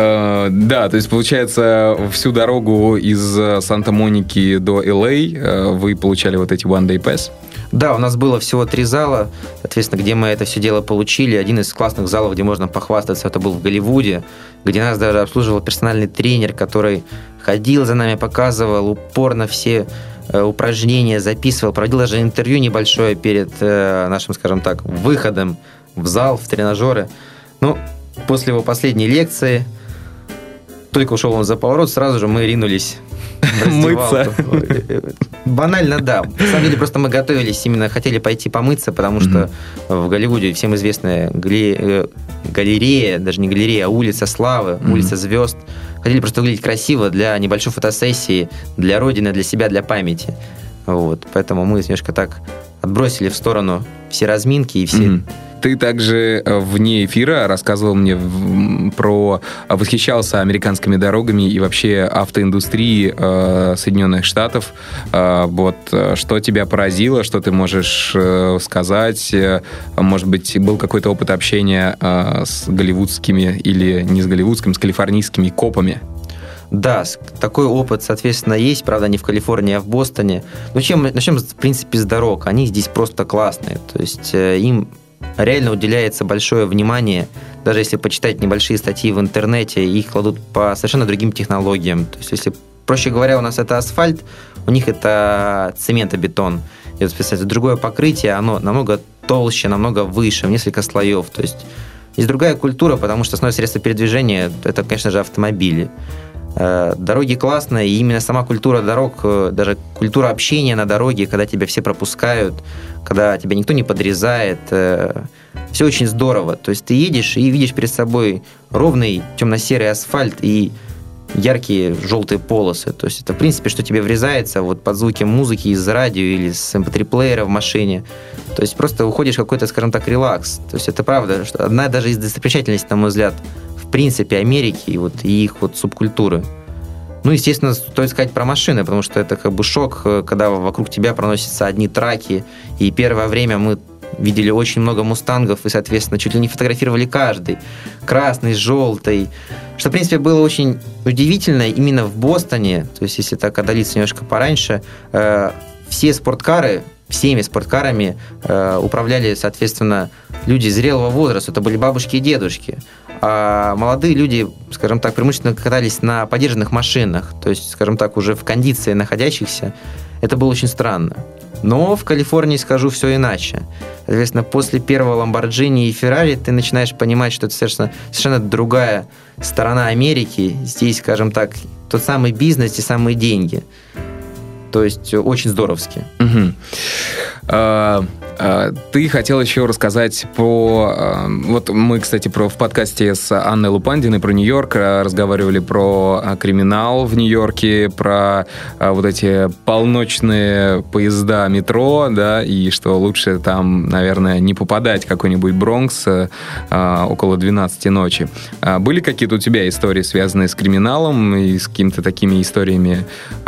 [SPEAKER 2] Да, то есть, получается, всю дорогу из Санта-Моники до Л.А. вы получали вот эти One Day Pass?
[SPEAKER 3] Да, у нас было всего 3 зала, соответственно, где мы это все дело получили. Один из классных залов, где можно похвастаться, это был в Голливуде, где нас даже обслуживал персональный тренер, который ходил за нами, показывал упорно все упражнения записывал, проводил даже интервью небольшое перед нашим, скажем так, выходом в зал, в тренажеры. Ну, после его последней лекции, только ушел он за поворот, сразу же мы ринулись
[SPEAKER 2] мыться.
[SPEAKER 3] Банально, да. На самом деле, просто мы готовились, именно хотели пойти помыться, потому что в Голливуде всем известная галерея, даже не галерея, а улица славы, улица звезд. Хотели просто выглядеть красиво для небольшой фотосессии, для родины, для себя, для памяти. Вот. Поэтому мы немножко так отбросили в сторону все разминки и все...
[SPEAKER 2] Ты также вне эфира рассказывал мне восхищался американскими дорогами и вообще автоиндустрией Соединенных Штатов. Вот, что тебя поразило, что ты можешь сказать? Может быть, был какой-то опыт общения с голливудскими или не с голливудскими, с калифорнийскими копами?
[SPEAKER 3] Да, такой опыт, соответственно, есть, правда, не в Калифорнии, а в Бостоне. Начнем, в принципе, с дорог. Они здесь просто классные. То есть им реально уделяется большое внимание. Даже если почитать небольшие статьи в интернете, их кладут по совершенно другим технологиям. То есть, если, проще говоря, у нас это асфальт, у них это цементобетон. И вот, представьте, другое покрытие, оно намного толще, намного выше, в несколько слоев. То есть, есть другая культура, потому что основное средство передвижения – это, конечно же, автомобили. Дороги классные, и именно сама культура дорог, даже культура общения на дороге, когда тебя все пропускают, когда тебя никто не подрезает, все очень здорово. То есть ты едешь и видишь перед собой ровный темно-серый асфальт и яркие желтые полосы. То есть это, в принципе, что тебе врезается вот под звуки музыки из радио или с MP3-плеера в машине. То есть просто уходишь в какой-то, скажем так, релакс. То есть это правда, что одна даже из достопримечательностей, на мой взгляд, в принципе, Америки и их вот субкультуры. Ну, естественно, стоит сказать про машины, потому что это как бы шок, когда вокруг тебя проносятся одни траки, и первое время мы видели очень много мустангов, и, соответственно, чуть ли не фотографировали каждый. Красный, желтый. Что, в принципе, было очень удивительно именно в Бостоне, то есть, если так отдалиться немножко пораньше, всеми спорткарами управляли, соответственно, люди зрелого возраста, это были бабушки и дедушки. А молодые люди, скажем так, преимущественно катались на подержанных машинах, то есть, скажем так, уже в кондиции находящихся. Это было очень странно. Но в Калифорнии, скажу, все иначе. Соответственно, после первого Ламборджини и Феррари ты начинаешь понимать, что это совершенно другая сторона Америки. Здесь, скажем так, тот самый бизнес, те самые деньги. То есть очень здоровски.
[SPEAKER 2] Ты хотел еще рассказать про... Вот мы, кстати, в подкасте с Анной Лупандиной про Нью-Йорк разговаривали про криминал в Нью-Йорке, про вот эти полночные поезда метро, да, и что лучше там, наверное, не попадать в какой-нибудь Бронкс около 12 ночи. Были какие-то у тебя истории, связанные с криминалом и с какими-то такими историями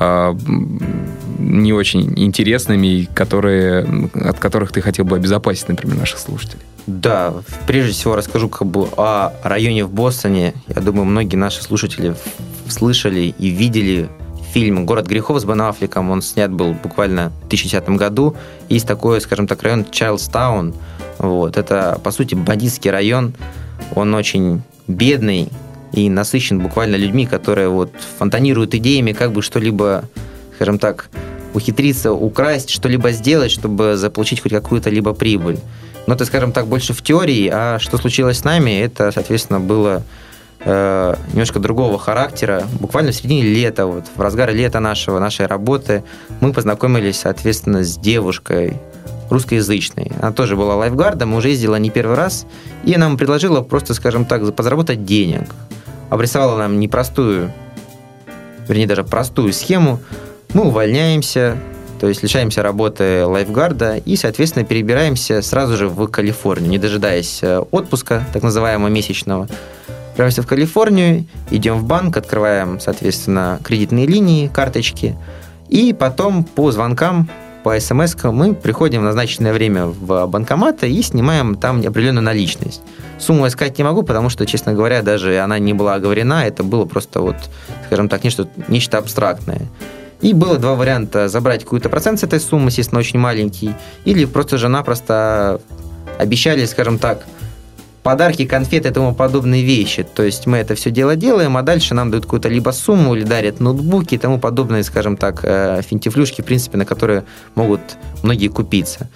[SPEAKER 2] не очень интересными, от которых ты хотел бы обезопасить, например, наших слушателей?
[SPEAKER 3] Да, прежде всего расскажу о районе в Бостоне. Я думаю, многие наши слушатели слышали и видели фильм «Город грехов» с Бен Аффлеком. Он снят был буквально в 2010 году. Есть такой, скажем так, район Чарльстаун. Вот. Это, по сути, бандитский район. Он очень бедный и насыщен буквально людьми, которые вот фонтанируют идеями, как бы что-либо, скажем так, ухитриться украсть, что-либо сделать, чтобы заполучить хоть какую-то либо прибыль. Но это, скажем так, больше в теории, а что случилось с нами, это, соответственно, было немножко другого характера. Буквально в середине лета, вот, в разгаре лета нашей работы, мы познакомились, соответственно, с девушкой русскоязычной. Она тоже была лайфгардом, уже ездила не первый раз, и она нам предложила просто, скажем так, подзаработать денег. Обрисовала нам непростую, вернее, даже простую схему. Мы увольняемся, то есть лишаемся работы лайфгарда и, соответственно, перебираемся сразу же в Калифорнию, не дожидаясь отпуска, так называемого месячного. Отправляемся в Калифорнию, идем в банк, открываем, соответственно, кредитные линии, карточки, и потом по звонкам, по смс-кам мы приходим в назначенное время в банкомат и снимаем там определенную наличность. Сумму искать не могу, потому что, честно говоря, даже она не была оговорена, это было просто, вот, скажем так, нечто абстрактное. И было два варианта: забрать какой-то процент с этой суммы, естественно, очень маленький, или просто же напросто обещали, скажем так, подарки, конфеты и тому подобные вещи. То есть мы это все дело делаем, а дальше нам дают какую-то либо сумму, или дарят ноутбуки и тому подобные, скажем так, финтифлюшки, в принципе, на которые могут многие купиться.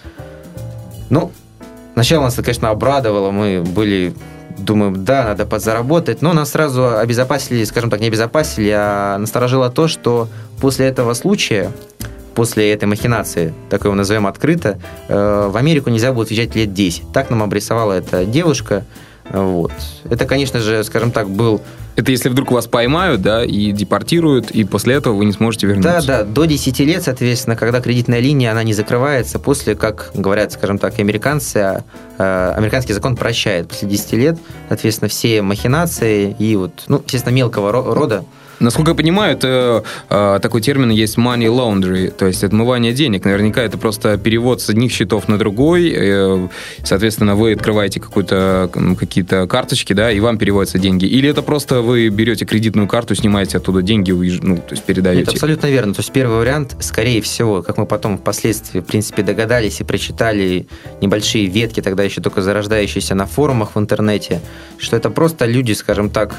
[SPEAKER 3] Ну, сначала нас это, конечно, обрадовало, мы были... Думаем, да, надо подзаработать, но нас сразу обезопасили, скажем так, не обезопасили, а насторожило то, что после этого случая, после этой махинации, так его назовем открыто, в Америку нельзя будет въезжать лет 10. Так нам обрисовала эта девушка. Вот. Это, конечно же, скажем так, был...
[SPEAKER 2] Это если вдруг вас поймают, да, и депортируют, и после этого вы не сможете вернуться.
[SPEAKER 3] Да, до 10 лет, соответственно, когда кредитная линия, она не закрывается, после, как говорят, скажем так, американцы, американский закон прощает после 10 лет, соответственно, все махинации и вот, ну, естественно, мелкого рода.
[SPEAKER 2] Насколько я понимаю, это такой термин есть money laundry, то есть отмывание денег. Наверняка это просто перевод с одних счетов на другой. Соответственно, вы открываете какие-то карточки, да, и вам переводятся деньги. Или это просто вы берете кредитную карту, снимаете оттуда деньги, то есть передаете?
[SPEAKER 3] Это абсолютно верно. То есть первый вариант, скорее всего, как мы потом впоследствии, в принципе, догадались и прочитали небольшие ветки, тогда еще только зарождающиеся на форумах в интернете, что это просто люди, скажем так,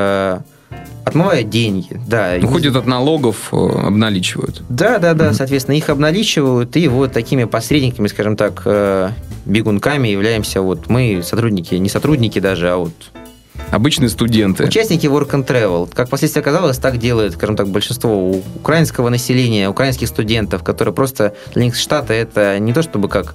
[SPEAKER 3] отмывают деньги, да.
[SPEAKER 2] Уходят от налогов, обналичивают.
[SPEAKER 3] Да, соответственно, их обналичивают, и вот такими посредниками, скажем так, бегунками являемся вот мы, сотрудники, не сотрудники даже, а вот...
[SPEAKER 2] Обычные студенты.
[SPEAKER 3] Участники Work and Travel. Как впоследствии оказалось, так делает, скажем так, большинство украинского населения, украинских студентов, которые просто для них Штаты это не то чтобы как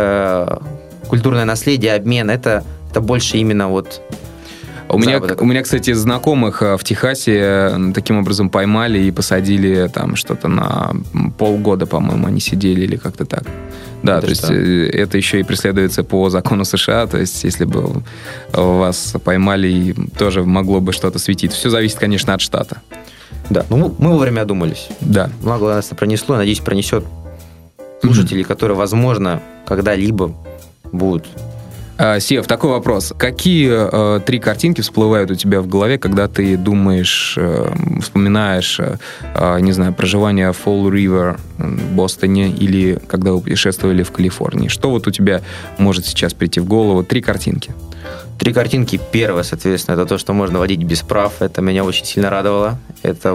[SPEAKER 3] культурное наследие, обмен, это больше именно вот...
[SPEAKER 2] У меня, кстати, знакомых в Техасе таким образом поймали и посадили там что-то на полгода, по-моему, они сидели или как-то так. Да, то есть это еще и преследуется по закону США, то есть если бы вас поймали, тоже могло бы что-то светить. Все зависит, конечно, от штата.
[SPEAKER 3] Да, ну мы вовремя одумались.
[SPEAKER 2] Да.
[SPEAKER 3] Благо нас это пронесло, надеюсь, пронесет слушателей, которые, возможно, когда-либо будут...
[SPEAKER 2] Сев, такой вопрос. Какие 3 картинки всплывают у тебя в голове, когда ты думаешь, вспоминаешь, не знаю, проживание в Fall River в Бостоне или когда вы путешествовали в Калифорнии? Что вот у тебя может сейчас прийти в голову? 3 картинки.
[SPEAKER 3] 3 картинки. Первое, соответственно, это то, что можно водить без прав. Это меня очень сильно радовало. Это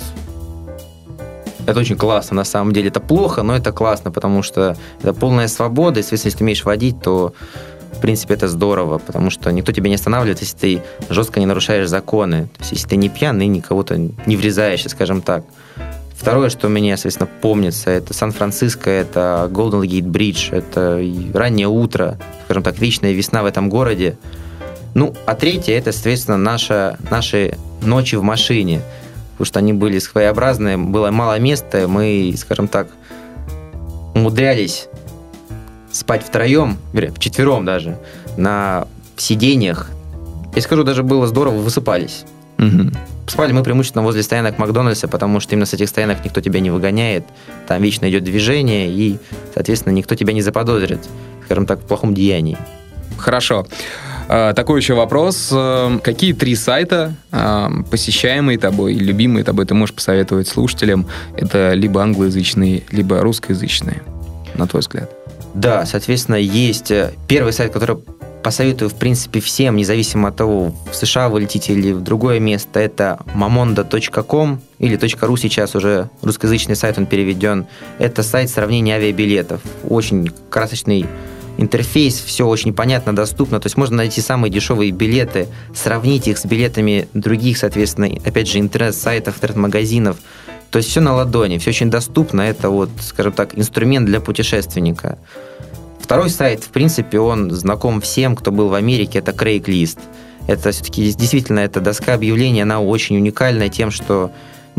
[SPEAKER 3] очень классно, на самом деле. Это плохо, но это классно, потому что это полная свобода. И, соответственно, если ты умеешь водить, то в принципе, это здорово, потому что никто тебя не останавливает, если ты жестко не нарушаешь законы. То есть, если ты не пьяный, никого-то не врезаешься, скажем так. Второе, что мне, соответственно, помнится, это Сан-Франциско, это Golden Gate Bridge, это раннее утро, скажем так, вечная весна в этом городе. Ну, а третье, это, соответственно, наши ночи в машине, потому что они были своеобразные, было мало места, мы, скажем так, умудрялись спать вчетвером даже, на сиденьях. Я скажу, даже было здорово, высыпались.
[SPEAKER 2] Угу.
[SPEAKER 3] Спали мы преимущественно возле стоянок Макдональдса, потому что именно с этих стоянок никто тебя не выгоняет, там вечно идет движение, и, соответственно, никто тебя не заподозрит, скажем так, в плохом деянии.
[SPEAKER 2] Хорошо. Такой еще вопрос. Какие 3 сайта, посещаемые тобой, любимые тобой, ты можешь посоветовать слушателям? Это либо англоязычные, либо русскоязычные, на твой взгляд?
[SPEAKER 3] Да, соответственно, есть первый сайт, который посоветую, в принципе, всем, независимо от того, в США вы летите или в другое место, это mamonda.com или .ru сейчас уже русскоязычный сайт, он переведен. Это сайт сравнения авиабилетов. Очень красочный интерфейс, все очень понятно, доступно. То есть можно найти самые дешевые билеты, сравнить их с билетами других, соответственно, опять же, интернет-сайтов, интернет-магазинов. То есть все на ладони, все очень доступно. Это вот, скажем так, инструмент для путешественника. Второй сайт, в принципе, он знаком всем, кто был в Америке, это Craigslist. Это все-таки действительно эта доска объявлений, она очень уникальная тем, что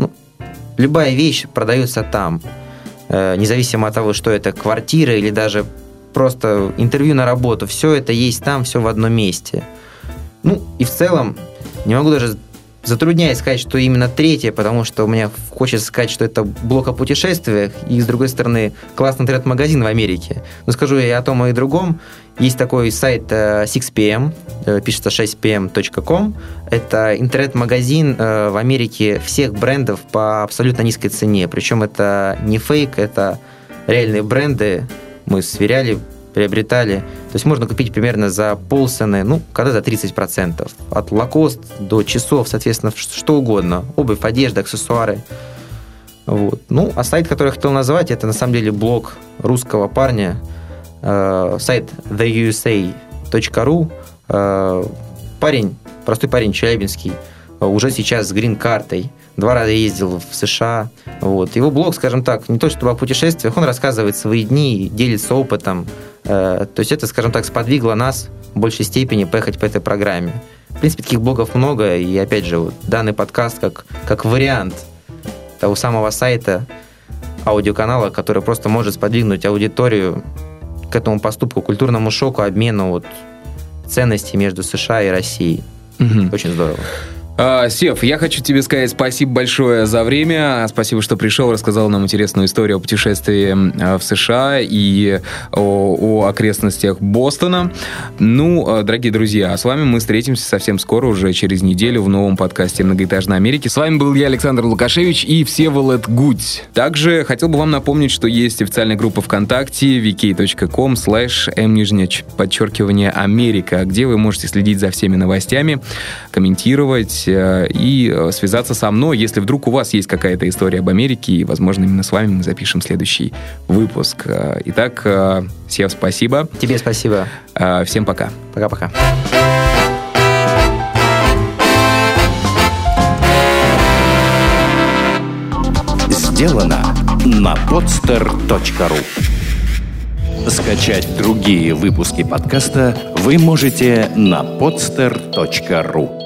[SPEAKER 3] любая вещь продается там. Независимо от того, что это квартира или даже просто интервью на работу. Все это есть там, все в одном месте. Ну, и в целом, не могу даже затрудняюсь сказать, что именно третье, потому что у меня хочется сказать, что это блог о путешествиях, и, с другой стороны, классный интернет-магазин в Америке. Но скажу я о том и другом. Есть такой сайт 6pm, пишется 6pm.com. Это интернет-магазин в Америке всех брендов по абсолютно низкой цене. Причем это не фейк, это реальные бренды. Мы сверяли, приобретали. То есть можно купить примерно за полцены, ну, когда за 30%. От лакост до часов, соответственно, что угодно. Обувь, одежда, аксессуары. Вот. Ну, а сайт, который я хотел назвать, это на самом деле блог русского парня, сайт theusa.ru. Парень, простой парень челябинский, уже сейчас с грин-картой. 2 раза ездил в США. Вот. Его блог, скажем так, не то чтобы о путешествиях, он рассказывает свои дни, делится опытом. То есть это, скажем так, сподвигло нас в большей степени поехать по этой программе. В принципе, таких блогов много, и опять же, вот, данный подкаст как вариант того самого сайта, аудиоканала, который просто может сподвигнуть аудиторию к этому поступку, культурному шоку, обмену вот, ценностей между США и Россией. Очень здорово.
[SPEAKER 2] Сев, я хочу тебе сказать спасибо большое за время. Спасибо, что пришел, рассказал нам интересную историю о путешествии в США и о окрестностях Бостона. Ну, дорогие друзья, с вами мы встретимся совсем скоро, уже через неделю, в новом подкасте «Многоэтажной Америки». С вами был я, Александр Лукашевич, и Всеволод Гудь. Также хотел бы вам напомнить, что есть официальная группа ВКонтакте vk.com/m_Америка, где вы можете следить за всеми новостями, комментировать и связаться со мной, если вдруг у вас есть какая-то история об Америке, и, возможно, именно с вами мы запишем следующий выпуск. Итак, Сев, спасибо.
[SPEAKER 3] Тебе спасибо.
[SPEAKER 2] Всем пока.
[SPEAKER 3] Пока-пока.
[SPEAKER 1] Сделано на podster.ru. Скачать другие выпуски подкаста вы можете на podster.ru.